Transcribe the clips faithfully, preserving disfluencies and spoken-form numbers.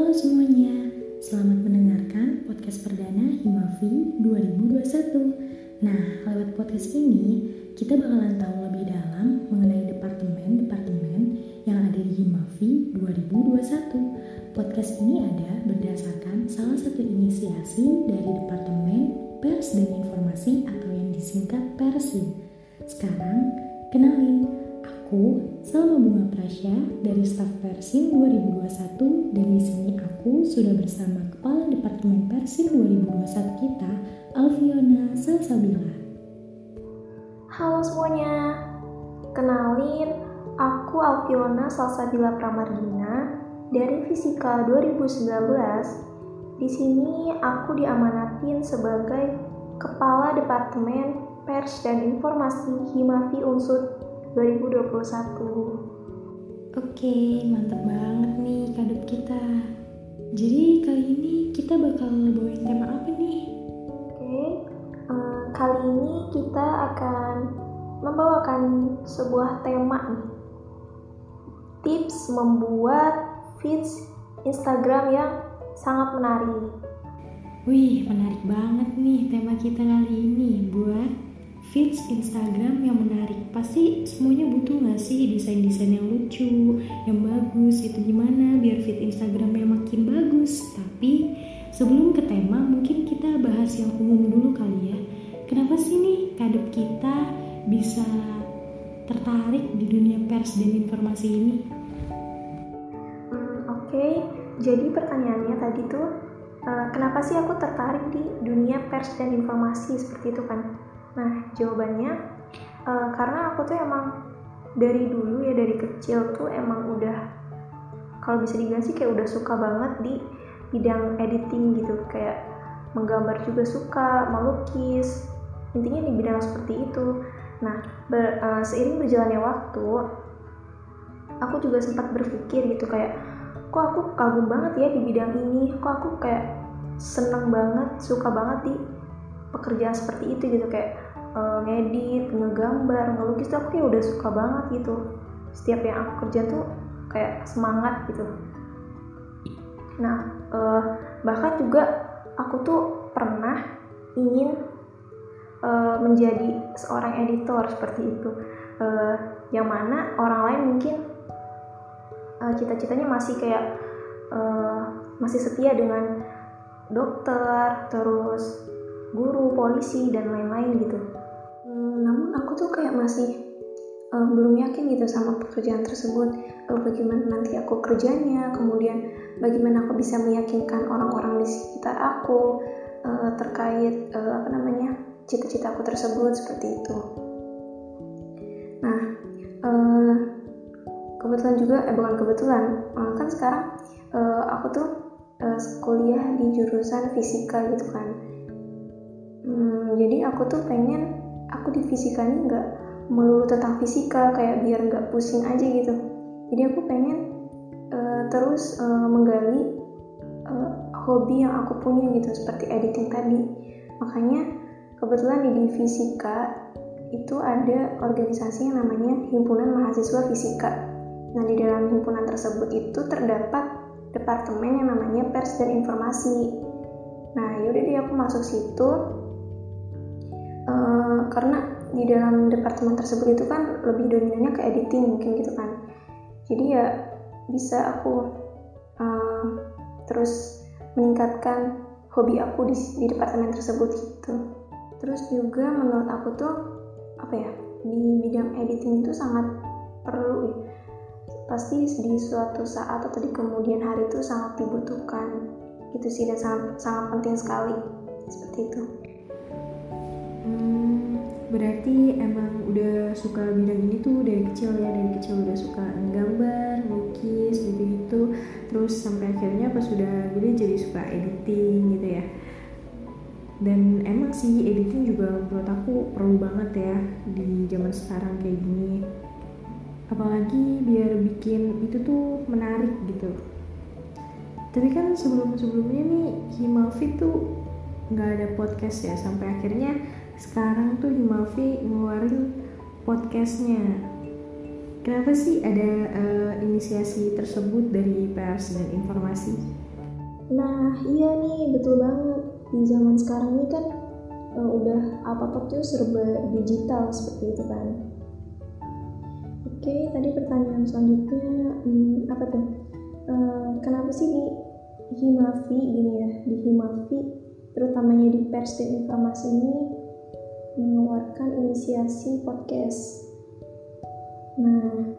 Halo semuanya, selamat mendengarkan podcast perdana Himafi dua ribu dua puluh satu. Nah, lewat podcast ini, kita bakalan tahu lebih dalam mengenai departemen-departemen yang ada di Himafi dua ribu dua puluh satu. Podcast ini ada berdasarkan salah satu inisiasi dari Departemen Pers dan Informasi atau yang disingkat Persin. Sekarang, kenalin, aku Salma Bunga Prasya dari staf Persin dua ribu dua puluh satu dan di sini aku sudah bersama Kepala Departemen Persin dua ribu dua puluh satu kita, Alfiona Salsabila. Halo semuanya, kenalin aku Alfiona Salsabila Pramardina dari Fisika dua ribu sembilan belas. Di sini aku diamanatin sebagai Kepala Departemen Pers dan Informasi Himafi Unsur dua ribu dua puluh satu. Oke, mantap banget nih kadep kita. Jadi kali ini kita bakal bawain tema apa nih? Oke, um, kali ini kita akan membawakan sebuah tema nih. Tips membuat feeds Instagram yang sangat menarik. Wih, menarik banget nih tema kita kali ini buat feeds Instagram yang menarik. Pasti semuanya butuh gak sih desain-desain yang lucu, yang bagus, itu gimana biar feed Instagramnya makin bagus. Tapi sebelum ke tema, mungkin kita bahas yang umum dulu kali ya. Kenapa sih nih kadep kita bisa tertarik di dunia pers dan informasi ini? Hmm, Oke, okay. Jadi pertanyaannya tadi tuh, uh, kenapa sih aku tertarik di dunia pers dan informasi seperti itu kan? Nah, jawabannya uh, karena aku tuh emang dari dulu ya, dari kecil tuh emang udah, kalau bisa dibilang sih kayak udah suka banget di bidang editing gitu, kayak menggambar juga suka, melukis, intinya di bidang seperti itu. Nah, ber, uh, seiring berjalannya waktu, aku juga sempat berpikir gitu kayak, kok aku kagum banget ya di bidang ini, kok aku kayak seneng banget, suka banget di pekerjaan seperti itu gitu, kayak uh, ngedit, ngegambar, ngelukis tuh aku kayak udah suka banget gitu. Setiap yang aku kerja tuh kayak semangat gitu. Nah, uh, bahkan juga aku tuh pernah ingin uh, menjadi seorang editor seperti itu, uh, yang mana orang lain mungkin uh, cita-citanya masih kayak uh, masih setia dengan dokter, terus guru, polisi, dan lain-lain gitu. Hmm, namun aku tuh kayak masih uh, belum yakin gitu sama pekerjaan tersebut. Uh, bagaimana nanti aku kerjanya, kemudian bagaimana aku bisa meyakinkan orang-orang di sekitar aku uh, terkait uh, apa namanya cita-cita aku tersebut seperti itu. Nah, uh, kebetulan juga, eh bukan kebetulan, uh, kan sekarang uh, aku tuh uh, kuliah di jurusan fisika gitu kan. Hmm, jadi aku tuh pengen aku di fisika ini nggak melulu tentang fisika, kayak biar nggak pusing aja gitu. Jadi aku pengen uh, terus uh, menggali uh, hobi yang aku punya gitu, seperti editing tadi. Makanya kebetulan di fisika itu ada organisasi yang namanya Himpunan Mahasiswa Fisika. Nah, di dalam himpunan tersebut itu terdapat departemen yang namanya Pers dan Informasi. Nah, yaudah deh aku masuk situ. Uh, karena di dalam departemen tersebut itu kan lebih dominannya ke editing mungkin gitu kan, jadi ya bisa aku uh, terus meningkatkan hobi aku di, di departemen tersebut gitu. Terus juga menurut aku tuh apa ya, di bidang editing itu sangat perlu ya, pasti di suatu saat atau di kemudian hari itu sangat dibutuhkan gitu sih, dan sangat, sangat penting sekali seperti itu. Hmm, berarti emang udah suka bidang ini tuh dari kecil ya, dari kecil udah suka nggambar, lukis gitu-gitu, terus sampai akhirnya pas sudah gede jadi suka editing gitu ya. Dan emang sih editing juga menurut aku perlu banget ya di zaman sekarang kayak gini, apalagi biar bikin itu tuh menarik gitu. Tapi kan sebelum-sebelumnya nih Himafi tuh nggak ada podcast ya, sampai akhirnya sekarang tuh Himafi ngeluarin podcastnya. Kenapa sih ada uh, inisiasi tersebut dari Pers dan Informasi? Nah iya nih, betul banget. Di zaman sekarang ini kan uh, udah apa-apa tuh serba digital seperti itu kan. Oke, tadi pertanyaan selanjutnya hmm, apa tuh? Uh, kenapa sih di Himavi gini ya, di Himavi terutamanya di pers dan informasi ini mengeluarkan inisiasi podcast? Nah,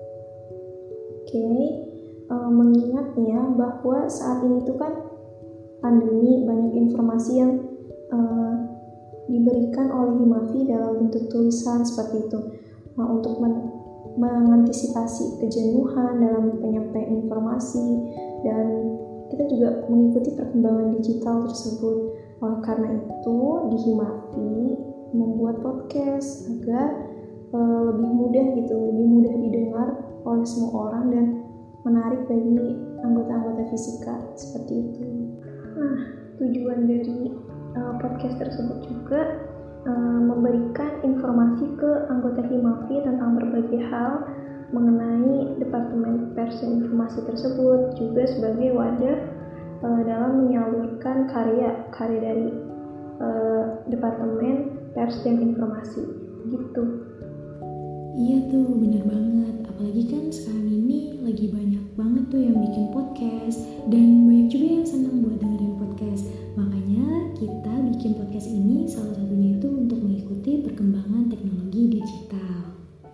oke, okay. uh, mengingat ya bahwa saat ini tuh kan pandemi, banyak informasi yang uh, diberikan oleh Himavi dalam bentuk tulisan seperti itu. Nah, untuk men- mengantisipasi kejenuhan dalam penyampaian informasi, dan kita juga mengikuti perkembangan digital tersebut. Oleh karena itu, di Himavi membuat podcast agar uh, lebih mudah gitu, lebih mudah didengar oleh semua orang dan menarik bagi anggota-anggota fisika seperti itu. Nah, tujuan dari uh, podcast tersebut juga uh, memberikan informasi ke anggota Himavi tentang berbagai hal mengenai Departemen Pers dan Informasi tersebut, juga sebagai wadah uh, dalam menyalurkan karya-karya dari uh, Departemen Pers dan Informasi gitu. Iya tuh, bener banget. Apalagi kan sekarang ini lagi banyak banget tuh yang bikin podcast, dan banyak juga yang senang buat dengerin podcast. Makanya kita bikin podcast ini salah satunya itu untuk mengikuti perkembangan teknologi digital.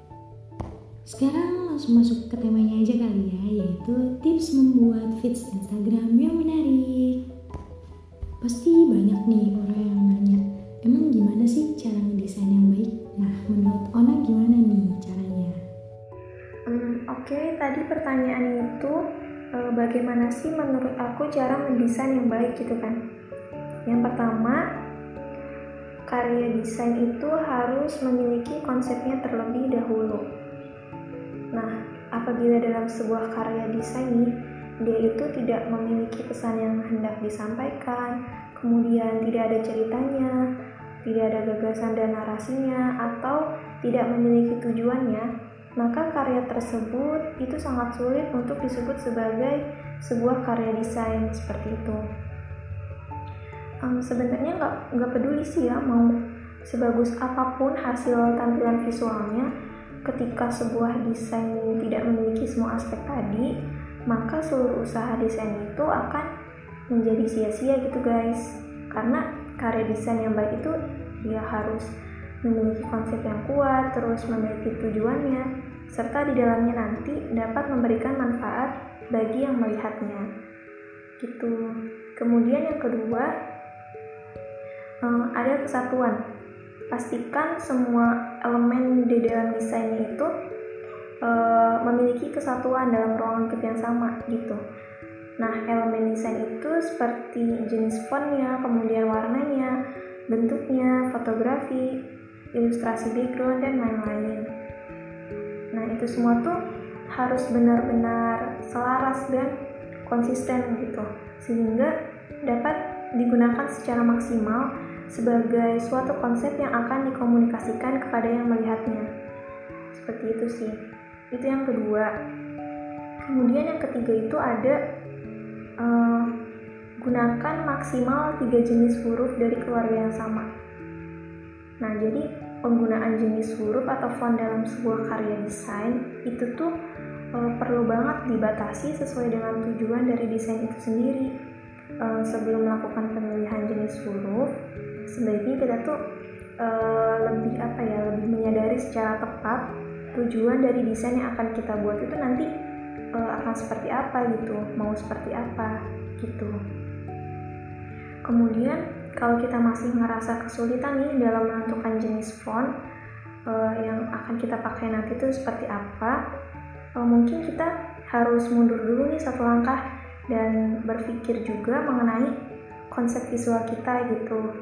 Sekarang langsung masuk ke temanya aja kali ya, yaitu tips membuat feeds Instagram yang menarik. Pasti banyak nih orang yang nanya, emang gimana sih cara ngedesain yang baik? Nah, menurut Ona gimana nih caranya? Hmm, Oke, okay. Tadi pertanyaan itu e, bagaimana sih menurut aku cara mendesain yang baik gitu kan? Yang pertama, karya desain itu harus memiliki konsepnya terlebih dahulu. Nah, apabila dalam sebuah karya desain nih, dia itu tidak memiliki pesan yang hendak disampaikan, kemudian tidak ada ceritanya, tidak ada gagasan dan narasinya, atau tidak memiliki tujuannya, maka karya tersebut itu sangat sulit untuk disebut sebagai sebuah karya desain seperti itu. Um, sebenarnya nggak nggak peduli sih ya mau sebagus apapun hasil tampilan visualnya, ketika sebuah desain tidak memiliki semua aspek tadi, maka seluruh usaha desain itu akan menjadi sia-sia gitu guys. Karena karya desain yang baik itu dia harus memiliki konsep yang kuat, terus memiliki tujuannya, serta di dalamnya nanti dapat memberikan manfaat bagi yang melihatnya gitu. Kemudian yang kedua, um, ada kesatuan. Pastikan semua elemen di dalam desainnya itu uh, memiliki kesatuan dalam ruang lingkup yang sama gitu. Nah, elemen desain itu seperti jenis fontnya, kemudian warnanya, bentuknya, fotografi, ilustrasi background, dan lain-lain. Nah, itu semua tuh harus benar-benar selaras dan konsisten gitu, sehingga dapat digunakan secara maksimal sebagai suatu konsep yang akan dikomunikasikan kepada yang melihatnya. Seperti itu sih. Itu yang kedua. Kemudian yang ketiga itu ada uh, gunakan maksimal tiga jenis huruf dari keluarga yang sama. Nah, jadi penggunaan jenis huruf atau font dalam sebuah karya desain itu tuh uh, perlu banget dibatasi sesuai dengan tujuan dari desain itu sendiri. Uh, sebelum melakukan pemilihan jenis huruf, sebaiknya kita tuh uh, lebih apa ya, lebih menyadari secara tepat tujuan dari desain yang akan kita buat itu nanti uh, akan seperti apa gitu, mau seperti apa gitu. Kemudian kalau kita masih ngerasa kesulitan nih dalam menentukan jenis font uh, yang akan kita pakai nanti itu seperti apa, uh, mungkin kita harus mundur dulu nih satu langkah dan berpikir juga mengenai konsep visual kita gitu.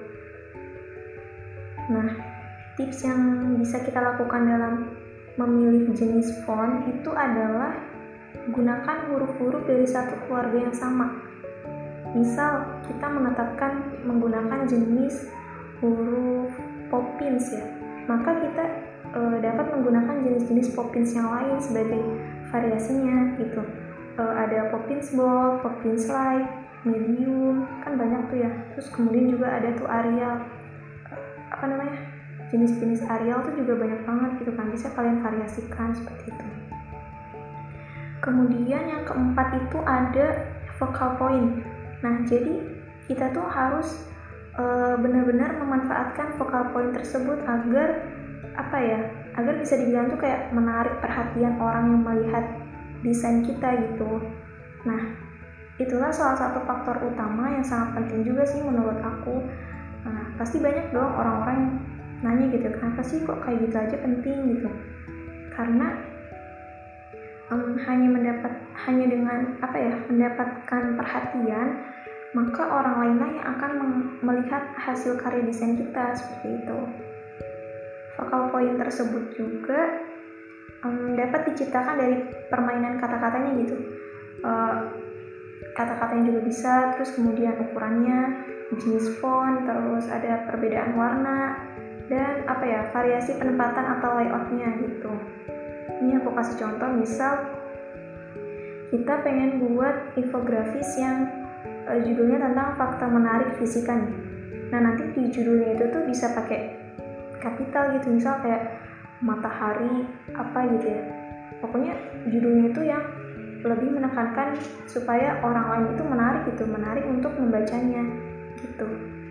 Nah, tips yang bisa kita lakukan dalam memilih jenis font itu adalah gunakan huruf-huruf dari satu keluarga yang sama. Misal, kita menetapkan menggunakan jenis huruf Poppins ya, maka kita e, dapat menggunakan jenis-jenis Poppins yang lain sebagai variasinya gitu. E, ada Poppins Bold, Poppins Light, medium, kan banyak tuh ya. Terus kemudian juga ada tuh Arial, apa namanya, jenis-jenis Arial tuh juga banyak banget gitu kan, bisa kalian variasikan seperti itu. Kemudian yang keempat itu ada focal point. Nah, jadi kita tuh harus e, benar-benar memanfaatkan focal point tersebut agar apa ya, agar bisa dibilang tuh kayak menarik perhatian orang yang melihat desain kita gitu. Nah, itulah salah satu faktor utama yang sangat penting juga sih menurut aku. Nah, pasti banyak dong orang-orang yang nanya gitu, kenapa sih kok kayak gitu aja penting gitu? Karena um, hanya mendapat hanya dengan apa ya mendapatkan perhatian, maka orang lainlah yang akan melihat hasil karya desain kita seperti itu. Focal point tersebut juga um, dapat diciptakan dari permainan kata-katanya gitu. Uh, kata-katanya juga bisa, terus kemudian ukurannya, jenis font, terus ada perbedaan warna, dan apa ya variasi penempatan atau layoutnya gitu. Ini aku kasih contoh, misal kita pengen buat infografis yang uh, judulnya tentang fakta menarik fisika nih. Nah, nanti di judulnya itu tuh bisa pakai kapital gitu, misal kayak matahari apa gitu ya. Pokoknya judulnya itu yang lebih menekankan supaya orang lain itu menarik gitu, menarik untuk membacanya gitu.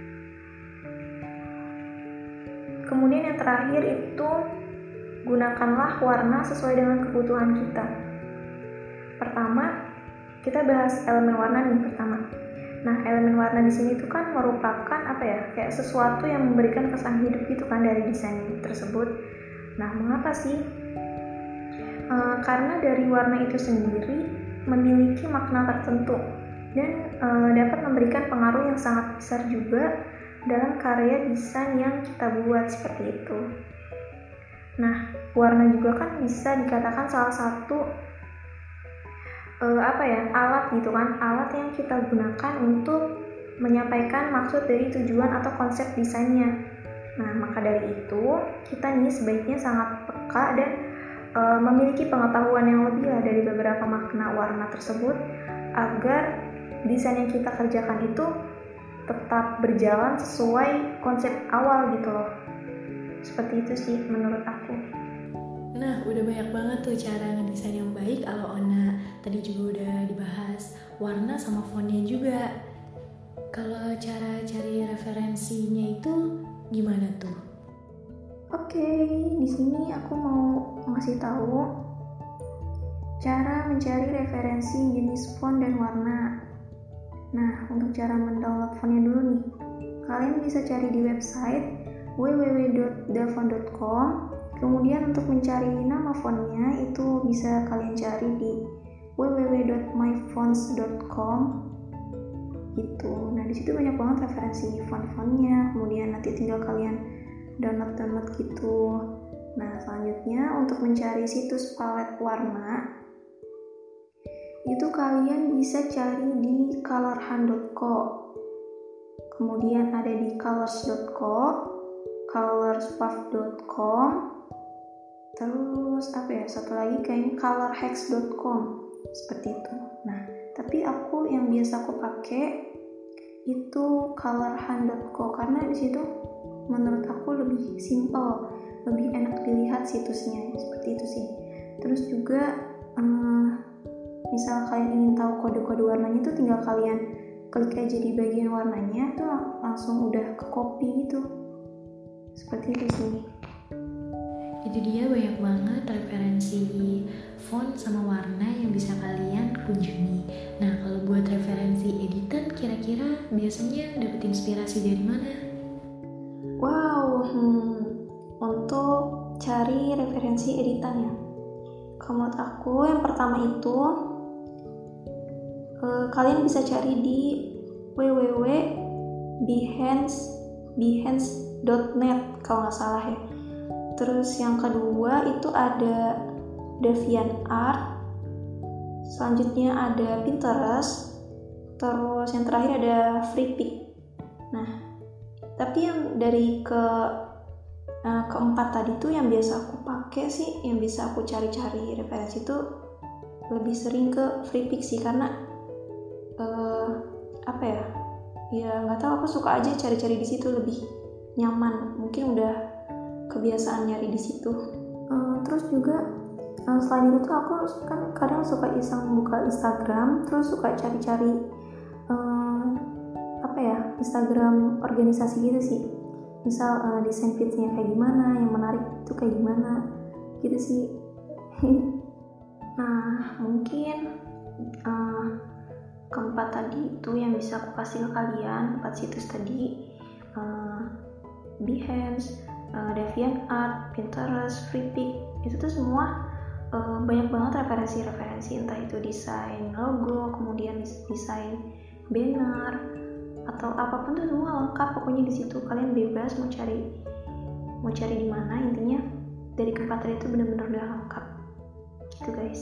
Kemudian yang terakhir itu gunakanlah warna sesuai dengan kebutuhan kita. Pertama, kita bahas elemen warna nih pertama. Nah, elemen warna di sini tuh kan merupakan apa ya, kayak sesuatu yang memberikan kesan hidup gitu kan dari desain tersebut. Nah, mengapa sih? E, karena dari warna itu sendiri memiliki makna tertentu dan e, dapat memberikan pengaruh yang sangat besar juga dalam karya desain yang kita buat seperti itu. Nah, warna juga kan bisa dikatakan salah satu Uh, apa ya alat gitu kan, alat yang kita gunakan untuk menyampaikan maksud dari tujuan atau konsep desainnya. Nah, maka dari itu kita nih sebaiknya sangat peka dan uh, memiliki pengetahuan yang lebih lah dari beberapa makna warna tersebut agar desain yang kita kerjakan itu tetap berjalan sesuai konsep awal gitu loh. Seperti itu sih menurut aku. Nah, udah banyak banget tuh cara ngedesain yang baik ala Ona. Tadi juga udah dibahas warna sama fontnya juga. Kalau cara cari referensinya itu gimana tuh? Oke, di sini aku mau ngasih tahu cara mencari referensi jenis font dan warna. Nah, untuk cara mendownload fontnya dulu nih. Kalian bisa cari di website w w w dot dafont dot com. Kemudian untuk mencari nama fontnya itu bisa kalian cari di w w w dot my fonts dot com gitu. Nah, di situ banyak banget referensi font-fontnya. Kemudian nanti tinggal kalian download-download gitu. Nah, selanjutnya untuk mencari situs palet warna itu kalian bisa cari di colorhunt dot co. Kemudian ada di colors dot co, colorspath dot com. Terus apa ya, satu lagi kayaknya colorhex dot com seperti itu. Nah, tapi aku yang biasa aku pakai itu colorhunt dot co karena di situ menurut aku lebih simple, lebih enak dilihat situsnya seperti itu sih. Terus juga um, misal kalian ingin tahu kode-kode warnanya itu tinggal kalian klik aja di bagian warnanya tuh langsung udah ke copy gitu. Seperti itu sih. Itu dia banyak banget referensi font sama warna yang bisa kalian kunjungi. Nah, kalau buat referensi editan, kira-kira biasanya dapet inspirasi dari mana? Wow, hmm, untuk cari referensi editan ya. Kalau menurut aku yang pertama itu eh, kalian bisa cari di w w w dot behance dot net kalau nggak salah ya. Terus yang kedua itu ada DeviantArt, selanjutnya ada Pinterest, terus yang terakhir ada Freepik. Nah, tapi yang dari ke uh, keempat tadi tuh yang biasa aku pakai sih, yang bisa aku cari-cari referensi itu lebih sering ke Freepik sih, karena uh, apa ya, ya nggak tahu, aku suka aja cari-cari di situ, lebih nyaman, mungkin udah kebiasaan nyari di situ. Uh, terus juga uh, selain itu tuh aku kan kadang suka iseng buka Instagram, terus suka cari-cari uh, apa ya, Instagram organisasi gitu sih, misal uh, desain feeds-nya kayak gimana, yang menarik itu kayak gimana gitu sih. Nah mungkin uh, keempat tadi itu yang bisa aku kasih ke kalian, empat situs tadi, uh, Behance, uh, DeviantArt, Pinterest, Freepik, itu tuh semua uh, banyak banget referensi-referensi, entah itu desain logo, kemudian desain banner, atau apapun tuh semua lengkap pokoknya di situ. Kalian bebas mau cari mau cari di mana, intinya dari keempat tadi itu benar-benar udah lengkap gitu guys.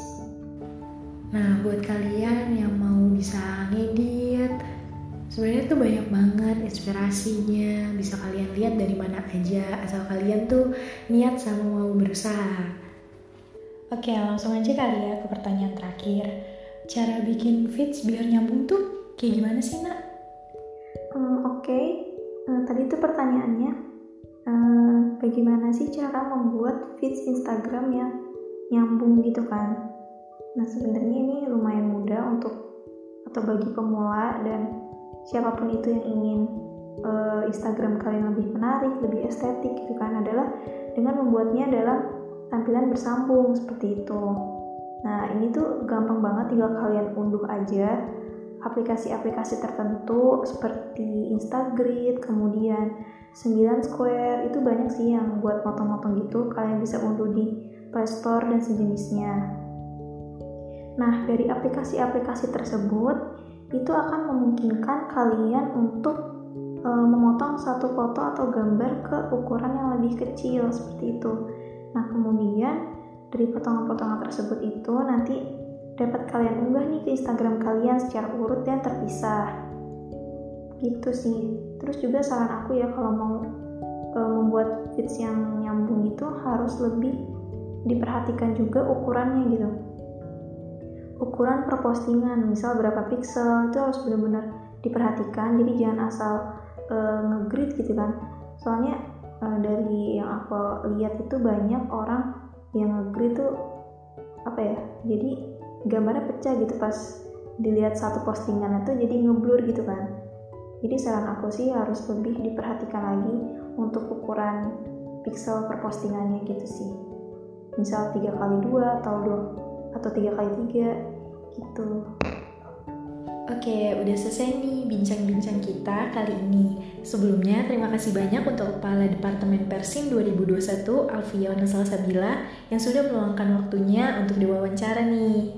Nah, buat kalian yang mau bisa ngedit, sebenarnya tuh banyak banget inspirasinya, bisa kalian lihat dari mana aja, asal kalian tuh niat sama mau berusaha. Oke, langsung aja kali ya ke pertanyaan terakhir. Cara bikin feeds biar nyambung tuh kayak gimana sih, Nak? Hmm, Oke, okay. uh, tadi tuh pertanyaannya, uh, bagaimana sih cara membuat feeds Instagram yang nyambung gitu kan? Nah sebenarnya ini lumayan mudah untuk atau bagi pemula dan siapapun itu yang ingin uh, Instagram kalian lebih menarik, lebih estetik gitu kan, adalah dengan membuatnya dalam tampilan bersambung seperti itu. Nah ini tuh gampang banget, tinggal kalian unduh aja aplikasi-aplikasi tertentu seperti Instagrid, kemudian sembilan Square, itu banyak sih yang buat motong-motong gitu, kalian bisa unduh di Play Store dan sejenisnya. Nah, dari aplikasi-aplikasi tersebut itu akan memungkinkan kalian untuk e, memotong satu foto atau gambar ke ukuran yang lebih kecil seperti itu. Nah, kemudian dari potongan-potongan tersebut itu nanti dapat kalian unggah nih ke Instagram kalian secara urut dan terpisah. Gitu sih. Terus juga saran aku ya, kalau mau e, membuat feeds yang nyambung itu harus lebih diperhatikan juga ukurannya gitu. Ukuran per postingan, misal berapa pixel, itu harus benar-benar diperhatikan. Jadi jangan asal e, nge-grid gitu kan. Soalnya e, dari yang aku lihat itu banyak orang yang nge-grid tuh apa ya, jadi gambarnya pecah gitu pas dilihat satu postingan itu, jadi ngeblur gitu kan. Jadi saran aku sih harus lebih diperhatikan lagi untuk ukuran pixel per postingannya gitu sih. Misal tiga kali dua atau dua atau tiga kali tiga gitu. Oke, udah selesai nih bincang-bincang kita kali ini. Sebelumnya terima kasih banyak untuk Kepala Departemen Persin dua ribu dua puluh satu Alfiona Salsabila yang sudah meluangkan waktunya untuk diwawancara nih.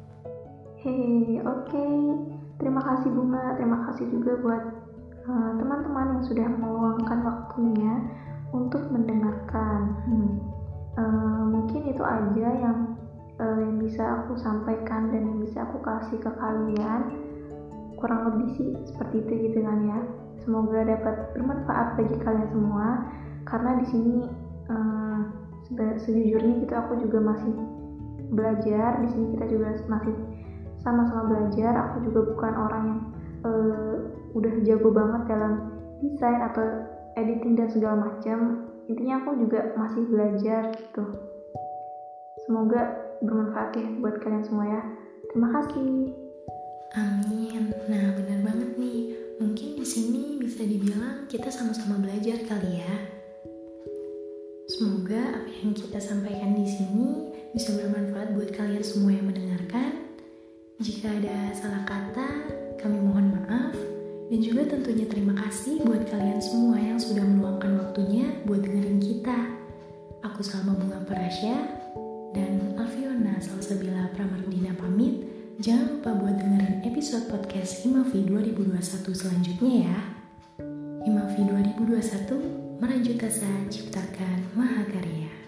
Hei, oke. Okay. Terima kasih Bunga, terima kasih juga buat uh, teman-teman yang sudah meluangkan waktunya untuk mendengarkan. Hmm. Uh, mungkin itu aja yang uh, yang bisa aku sampaikan dan yang bisa aku kasih ke kalian. Kurang lebih sih seperti itu gitu kan ya. Semoga dapat bermanfaat bagi kalian semua, karena di sini uh, sejujurnya gitu aku juga masih belajar. Di sini kita juga masih sama-sama belajar. Aku juga bukan orang yang uh, udah jago banget dalam desain atau editing dan segala macam. Intinya aku juga masih belajar gitu. Semoga bermanfaat ya buat kalian semua ya. Terima kasih. Amin. Nah, benar banget nih. Mungkin di sini bisa dibilang kita sama-sama belajar kali ya. Semoga apa yang kita sampaikan di sini bisa bermanfaat buat kalian semua yang mendengarkan. Jika ada salah kata, kami mohon maaf. Dan juga tentunya terima kasih buat kalian semua yang sudah meluangkan waktunya buat dengerin kita. Aku Salma Bunga Parasya dan Alfiona Salsabila Pramardina pamit. Jangan lupa buat dengerin episode podcast Himavi dua ribu dua puluh satu selanjutnya ya. Himavi dua ribu dua puluh satu, Merajut Asa Ciptakan Mahakarya.